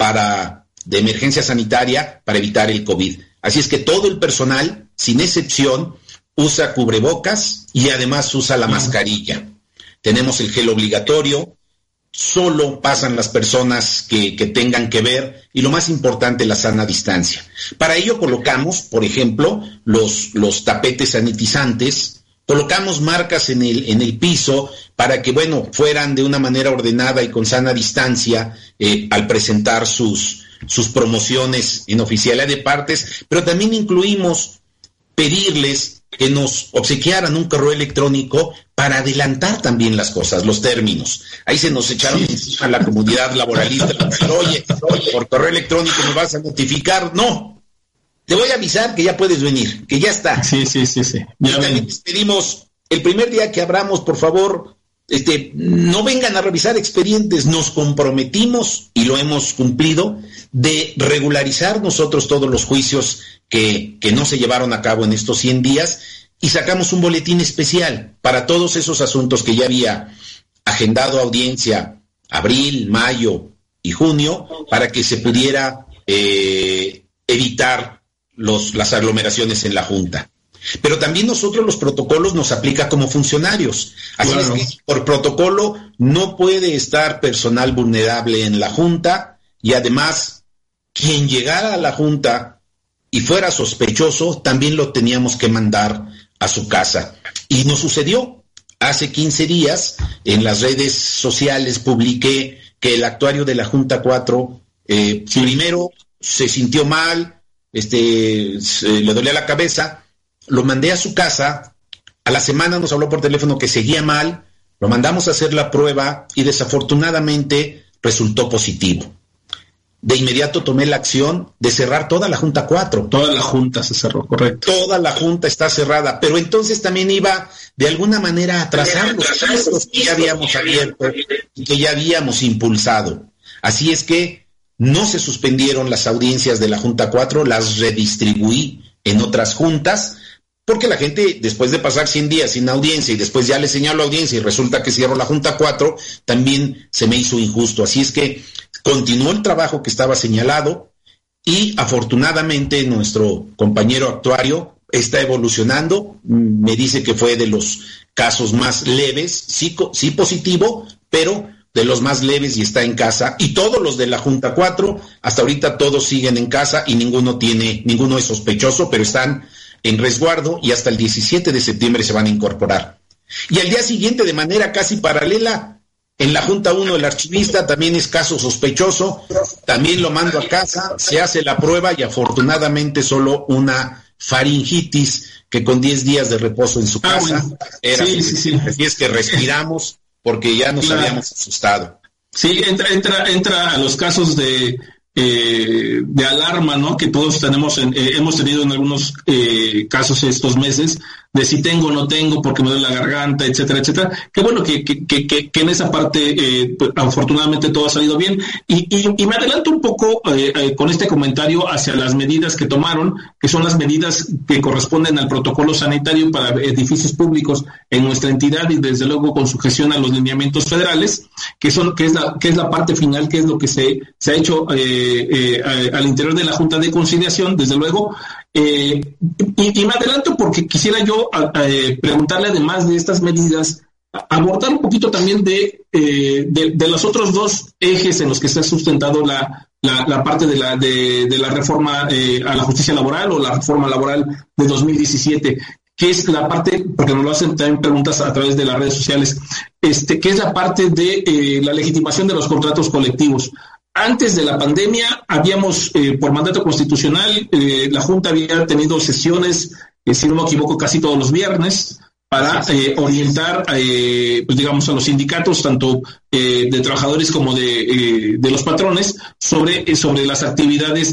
de emergencia sanitaria para evitar el COVID. Así es que todo el personal, sin excepción, usa cubrebocas y además usa la mascarilla. Tenemos el gel obligatorio, solo pasan las personas que tengan que ver, y lo más importante, la sana distancia. Para ello colocamos, por ejemplo, los tapetes sanitizantes, colocamos marcas en el piso para que, fueran de una manera ordenada y con sana distancia al presentar sus promociones en oficialidad de partes, pero también incluimos pedirles que nos obsequiaran un correo electrónico para adelantar también las cosas, los términos. Ahí se nos echaron encima a la comunidad laboralista. Oye, por correo electrónico me vas a notificar. No, te voy a avisar que ya puedes venir, que ya está. Sí. Y también les pedimos, el primer día que abramos, por favor, no vengan a revisar expedientes. Nos comprometimos, y lo hemos cumplido, de regularizar nosotros todos los juicios que no se llevaron a cabo en estos 100 días, y sacamos un boletín especial para todos esos asuntos que ya había agendado audiencia abril, mayo y junio, para que se pudiera evitar las aglomeraciones en la Junta. Pero también nosotros los protocolos nos aplica como funcionarios. Así es que por protocolo no puede estar personal vulnerable en la Junta, y además quien llegara a la Junta y fuera sospechoso también lo teníamos que mandar a su casa. Y nos sucedió. Hace 15 días en las redes sociales publiqué que el actuario de la Junta 4 primero se sintió mal, le dolía la cabeza, lo mandé a su casa, a la semana nos habló por teléfono que seguía mal, lo mandamos a hacer la prueba y desafortunadamente resultó positivo. De inmediato tomé la acción de cerrar toda la Junta 4. Toda la Junta se cerró, correcto. Toda la Junta está cerrada, pero entonces también iba de alguna manera a atrasar los casos que ya habíamos abierto y que ya habíamos impulsado. Así es que no se suspendieron las audiencias de la Junta 4, las redistribuí en otras juntas, porque la gente, después de pasar 100 días sin audiencia y después ya le señalo audiencia y resulta que cierro la Junta 4, también se me hizo injusto. Así es que continuó el trabajo que estaba señalado, y afortunadamente nuestro compañero actuario está evolucionando. Me dice que fue de los casos más leves, sí positivo, pero de los más leves, y está en casa. Y todos los de la Junta 4, hasta ahorita todos siguen en casa y ninguno es sospechoso, pero están en resguardo, y hasta el 17 de septiembre se van a incorporar. Y al día siguiente, de manera casi paralela, en la Junta 1 el archivista también es caso sospechoso, también lo mando a casa, se hace la prueba y afortunadamente solo una faringitis que con 10 días de reposo en su casa era suficiente. Así es que respiramos porque ya nos habíamos asustado. Sí, entra a los casos de de alarma, ¿no? Que todos hemos tenido en algunos casos estos meses, de si tengo o no tengo, porque me duele la garganta, etcétera, etcétera. Qué bueno que en esa parte, pues, afortunadamente todo ha salido bien. Y me adelanto un poco con este comentario hacia las medidas que tomaron, que son las medidas que corresponden al protocolo sanitario para edificios públicos en nuestra entidad, y desde luego con sujeción a los lineamientos federales, que es la parte final, que es lo que se ha hecho al interior de la Junta de Conciliación, desde luego. Y me adelanto porque quisiera yo preguntarle, además de estas medidas, abordar un poquito también de los otros dos ejes en los que se ha sustentado la parte de la reforma a la justicia laboral, o la reforma laboral de 2017, que es la parte, porque nos lo hacen también preguntas a través de las redes sociales, que es la parte de la legitimación de los contratos colectivos. Antes de la pandemia habíamos, por mandato constitucional, la Junta había tenido sesiones, si no me equivoco, casi todos los viernes, para orientar, pues digamos, a los sindicatos, tanto de trabajadores como de los patrones, sobre las actividades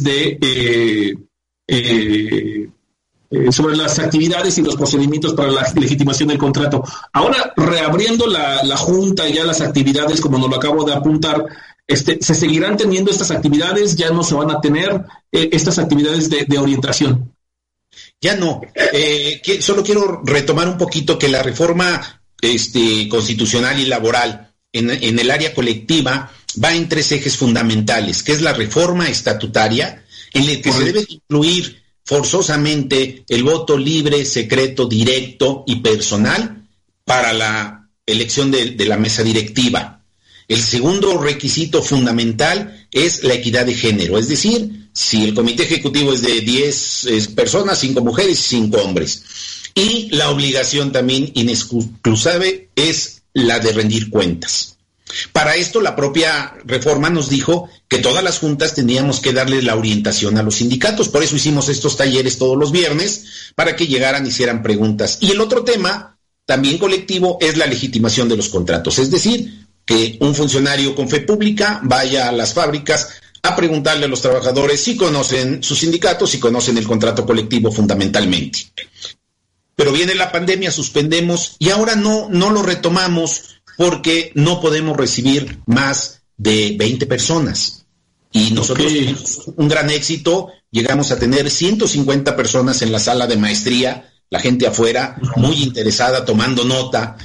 sobre las actividades y los procedimientos para la legitimación del contrato. Ahora, reabriendo la Junta, ya las actividades, como nos lo acabo de apuntar, ¿se seguirán teniendo estas actividades? ¿Ya no se van a tener estas actividades de orientación? Ya no. Solo quiero retomar un poquito que la reforma constitucional y laboral en el área colectiva va en tres ejes fundamentales, que es la reforma estatutaria, en la que se debe incluir forzosamente el voto libre, secreto, directo y personal para la elección de la mesa directiva. El segundo requisito fundamental es la equidad de género, es decir, si el comité ejecutivo es de 10 personas, 5 mujeres y 5 hombres. Y la obligación también inexcusable es la de rendir cuentas. Para esto, la propia reforma nos dijo que todas las juntas teníamos que darle la orientación a los sindicatos. Por eso hicimos estos talleres todos los viernes, para que llegaran y hicieran preguntas. Y el otro tema, también colectivo, es la legitimación de los contratos. Es decir, que un funcionario con fe pública vaya a las fábricas a preguntarle a los trabajadores si conocen sus sindicatos, si conocen el contrato colectivo fundamentalmente. Pero viene la pandemia, suspendemos y ahora no lo retomamos porque no podemos recibir más de 20 personas. Y nosotros tuvimos un gran éxito, llegamos a tener 150 personas en la sala de maestría, la gente afuera muy interesada, tomando nota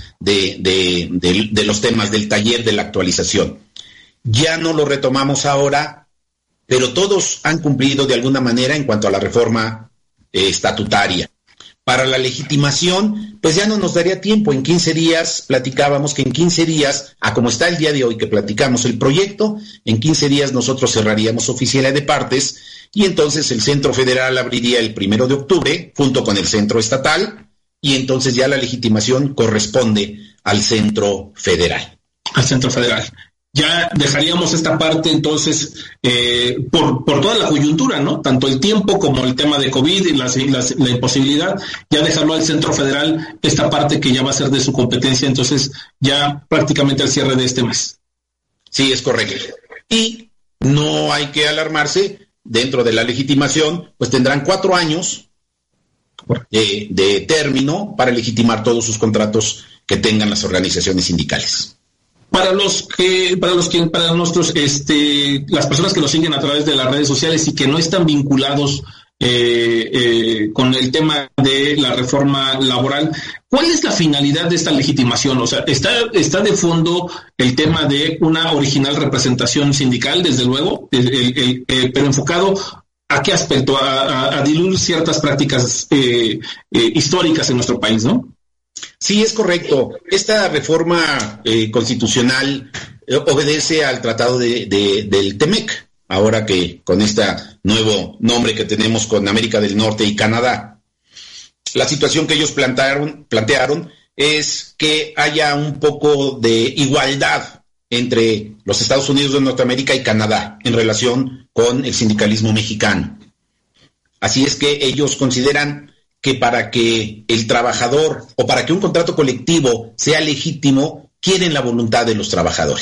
de los temas del taller, de la actualización. Ya no lo retomamos ahora, pero todos han cumplido de alguna manera en cuanto a la reforma estatutaria. Para la legitimación, pues ya no nos daría tiempo. En 15 días, platicábamos que en 15 días, como está el día de hoy que platicamos el proyecto, en 15 días nosotros cerraríamos oficialidad de partes y entonces el Centro Federal abriría el 1 de octubre junto con el Centro Estatal y entonces ya la legitimación corresponde al Centro Federal. Al Centro Federal. Ya dejaríamos esta parte entonces por toda la coyuntura, ¿no? Tanto el tiempo como el tema de COVID y la imposibilidad, ya dejarlo al Centro Federal, esta parte que ya va a ser de su competencia, entonces ya prácticamente al cierre de este mes. Sí, es correcto. Y no hay que alarmarse, dentro de la legitimación, pues tendrán 4 años de término para legitimar todos sus contratos que tengan las organizaciones sindicales. Para nuestros, las personas que nos siguen a través de las redes sociales y que no están vinculados con el tema de la reforma laboral, ¿cuál es la finalidad de esta legitimación? O sea, está de fondo el tema de una original representación sindical, desde luego, pero enfocado ¿a qué aspecto? A diluir ciertas prácticas históricas en nuestro país, ¿no? Sí, es correcto. Esta reforma constitucional obedece al tratado del TEMEC, ahora que con este nuevo nombre que tenemos con América del Norte y Canadá. La situación que ellos plantearon es que haya un poco de igualdad entre los Estados Unidos de Norteamérica y Canadá en relación con el sindicalismo mexicano. Así es que ellos consideran que para que el trabajador o para que un contrato colectivo sea legítimo, quieren la voluntad de los trabajadores.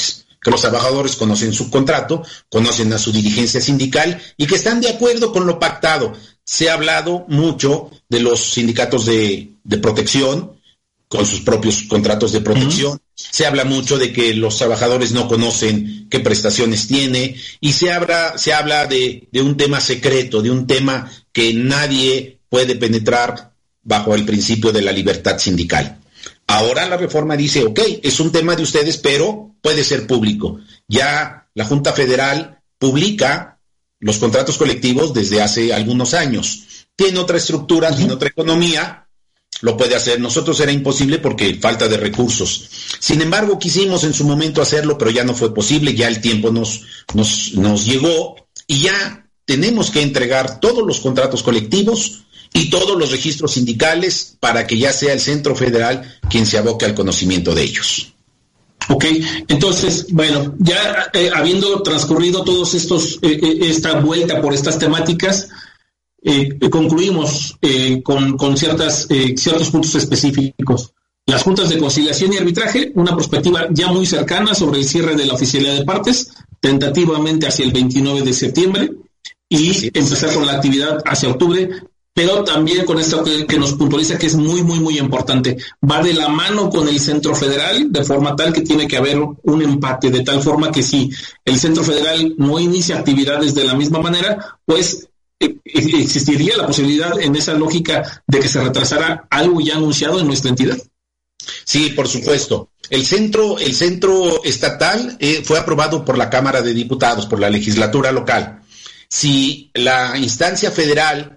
que los trabajadores conocen su contrato, conocen a su dirigencia sindical y que están de acuerdo con lo pactado. Se ha hablado mucho de los sindicatos de protección, con sus propios contratos de protección. Se habla mucho de que los trabajadores no conocen qué prestaciones tiene, y se habla de un tema secreto, de un tema que nadie puede penetrar bajo el principio de la libertad sindical. Ahora la reforma dice, ok, es un tema de ustedes, pero puede ser público. Ya la Junta Federal publica los contratos colectivos desde hace algunos años. Tiene otra estructura, tiene otra economía, lo puede hacer. Nosotros era imposible porque falta de recursos. Sin embargo, quisimos en su momento hacerlo, pero ya no fue posible, ya el tiempo nos llegó y ya tenemos que entregar todos los contratos colectivos y todos los registros sindicales para que ya sea el Centro Federal quien se aboque al conocimiento de ellos. Ok, entonces, bueno, ya habiendo transcurrido todos esta vuelta por estas temáticas, concluimos con ciertos puntos específicos. Las juntas de conciliación y arbitraje, una perspectiva ya muy cercana sobre el cierre de la oficialidad de partes, tentativamente hacia el 29 de septiembre, y empezar con la actividad hacia octubre, pero también con esto que nos puntualiza que es muy, muy, muy importante. Va de la mano con el Centro Federal, de forma tal que tiene que haber un empate, de tal forma que si el Centro Federal no inicia actividades de la misma manera, pues existiría la posibilidad en esa lógica de que se retrasara algo ya anunciado en nuestra entidad. Sí, por supuesto. El centro estatal fue aprobado por la Cámara de Diputados, por la legislatura local. Si la instancia federal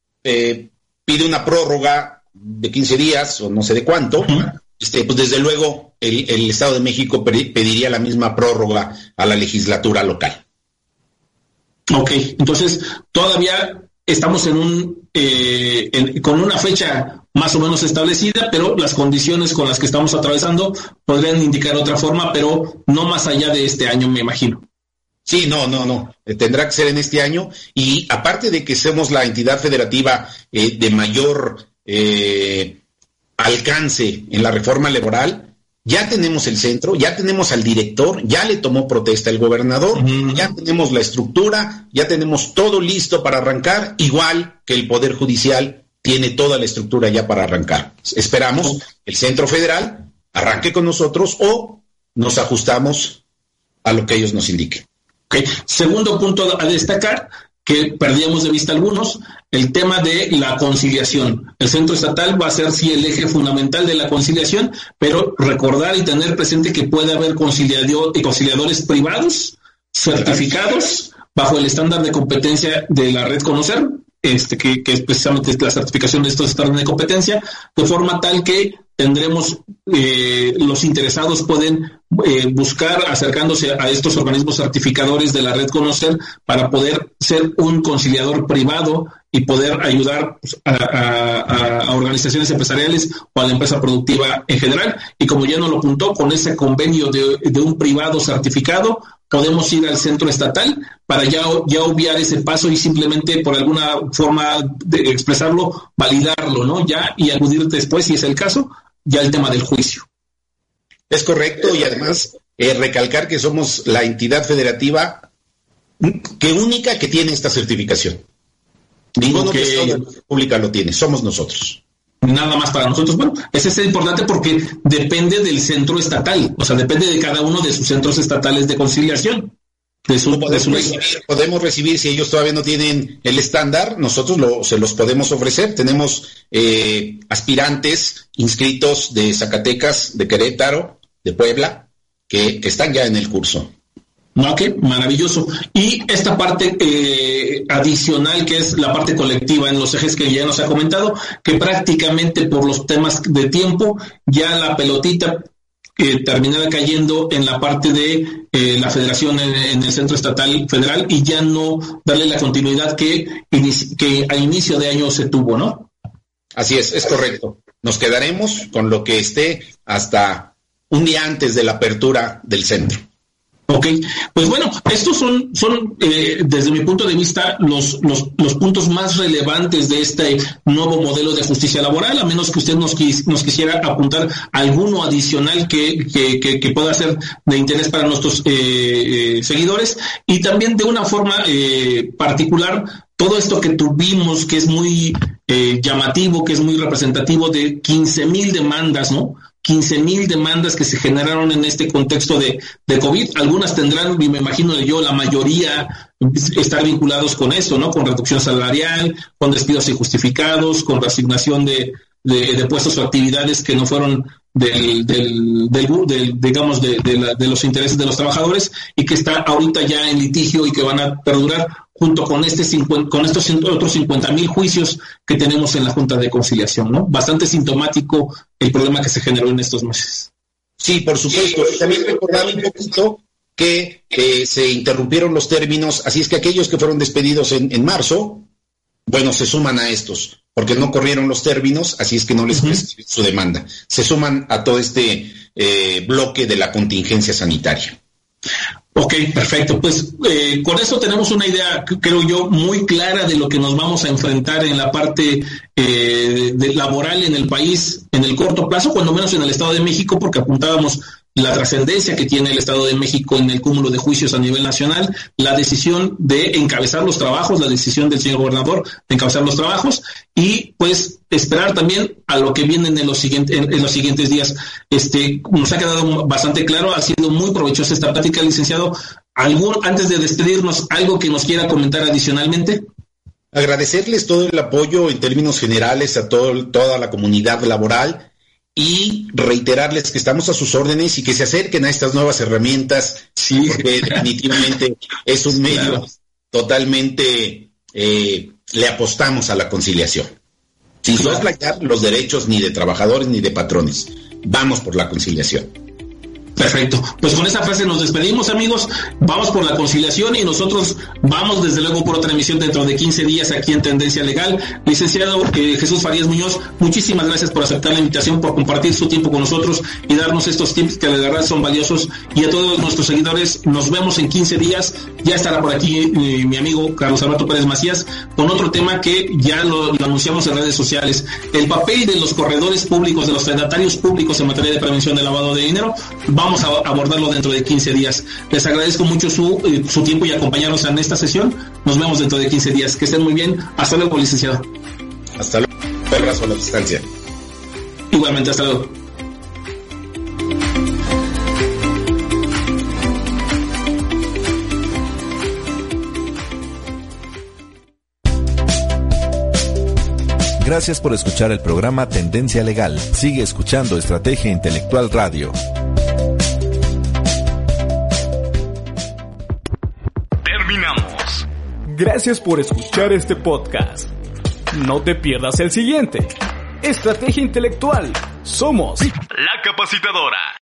pide una prórroga de 15 días o no sé de cuánto, pues desde luego el Estado de México pediría la misma prórroga a la legislatura local. Ok, entonces todavía estamos con una fecha más o menos establecida, pero las condiciones con las que estamos atravesando podrían indicar otra forma, pero no más allá de este año, me imagino. Sí, no. Tendrá que ser en este año, y aparte de que somos la entidad federativa de mayor alcance en la reforma laboral, ya tenemos el centro, ya tenemos al director, ya le tomó protesta el gobernador, ya tenemos la estructura, ya tenemos todo listo para arrancar, igual que el Poder Judicial tiene toda la estructura ya para arrancar. Esperamos el Centro Federal arranque con nosotros o nos ajustamos a lo que ellos nos indiquen. Okay. Segundo punto a destacar, que perdíamos de vista algunos, el tema de la conciliación. El Centro Estatal va a ser sí el eje fundamental de la conciliación, pero recordar y tener presente que puede haber conciliadores privados certificados bajo el estándar de competencia de la Red Conocer, que es precisamente la certificación de estos estándares de competencia, de forma tal que tendremos, los interesados pueden buscar acercándose a estos organismos certificadores de la Red Conocer para poder ser un conciliador privado y poder ayudar a organizaciones empresariales o a la empresa productiva en general. Y como ya nos lo apuntó, con ese convenio de un privado certificado, podemos ir al centro estatal para ya obviar ese paso y simplemente por alguna forma de expresarlo, validarlo, ¿no? Ya, y acudir después, si es el caso, ya el tema del juicio. Es correcto, y además recalcar que somos la entidad federativa única que tiene esta certificación. Ninguna otra pública lo tiene, somos nosotros. Nada más para nosotros. Bueno, eso es importante porque depende del centro estatal, o sea, depende de cada uno de sus centros estatales de conciliación. Podemos recibir, si ellos todavía no tienen el estándar, nosotros se los podemos ofrecer. Tenemos aspirantes inscritos de Zacatecas, de Querétaro, de Puebla, que están ya en el curso. Ok, maravilloso. Y esta parte adicional, que es la parte colectiva en los ejes que ya nos ha comentado, que prácticamente por los temas de tiempo, ya la pelotita terminará cayendo en la parte de la federación en el centro estatal federal y ya no darle la continuidad que a inicio de año se tuvo, ¿no? Así es correcto. Nos quedaremos con lo que esté hasta un día antes de la apertura del centro. Ok, pues bueno, estos son desde mi punto de vista los puntos más relevantes de este nuevo modelo de justicia laboral, a menos que usted nos quisiera apuntar alguno adicional que pueda ser de interés para nuestros seguidores, y también de una forma particular todo esto que tuvimos, que es muy llamativo, que es muy representativo, de 15,000 demandas, ¿no? 15,000 demandas que se generaron en este contexto de COVID. Algunas tendrán, me imagino yo, la mayoría estar vinculados con esto, ¿no? Con reducción salarial, con despidos injustificados, con reasignación de puestos o actividades que no fueron de los intereses de los trabajadores, y que está ahorita ya en litigio y que van a perdurar junto con estos otros 50,000 juicios que tenemos en la Junta de Conciliación, ¿no? Bastante sintomático el problema que se generó en estos meses. Sí, por supuesto. También recordar un poquito que se interrumpieron los términos, así es que aquellos que fueron despedidos en marzo, bueno, se suman a estos, porque no corrieron los términos, así es que no les prescribió su demanda. Se suman a todo este bloque de la contingencia sanitaria. Ok, perfecto. Pues con eso tenemos una idea, creo yo, muy clara de lo que nos vamos a enfrentar en la parte laboral en el país en el corto plazo, cuando menos en el Estado de México, porque apuntábamos la trascendencia que tiene el Estado de México en el cúmulo de juicios a nivel nacional, la decisión de encabezar los trabajos, la decisión del señor gobernador de encabezar los trabajos, y pues esperar también a lo que viene en los siguientes días. Nos ha quedado bastante claro, ha sido muy provechosa esta plática, licenciado. Antes de despedirnos, ¿algo que nos quiera comentar adicionalmente? Agradecerles todo el apoyo en términos generales a toda la comunidad laboral, y reiterarles que estamos a sus órdenes y que se acerquen a estas nuevas herramientas, sí, porque definitivamente es un medio totalmente, le apostamos a la conciliación, sin soslayar los derechos ni de trabajadores ni de patrones. Vamos por la conciliación. Perfecto. Pues con esa frase nos despedimos, amigos. Vamos por la conciliación, y nosotros vamos desde luego por otra emisión dentro de 15 días aquí en Tendencia Legal. Licenciado Jesús Farías Muñoz, muchísimas gracias por aceptar la invitación, por compartir su tiempo con nosotros y darnos estos tips que de verdad son valiosos. Y a todos nuestros seguidores, nos vemos en 15 días. Ya estará por aquí mi amigo Carlos Alberto Pérez Macías con otro tema que ya lo anunciamos en redes sociales: el papel de los corredores públicos, de los fedatarios públicos en materia de prevención de lavado de dinero. Vamos a abordarlo dentro de 15 días. Les agradezco mucho su tiempo y acompañarnos en esta sesión. Nos vemos dentro de 15 días. Que estén muy bien. Hasta luego, licenciado. Hasta luego. Un abrazo a la distancia. Igualmente, hasta luego. Gracias por escuchar el programa Tendencia Legal. Sigue escuchando Estrategia Intelectual Radio. Terminamos. Gracias por escuchar este podcast. No te pierdas el siguiente. Estrategia Intelectual. Somos la capacitadora.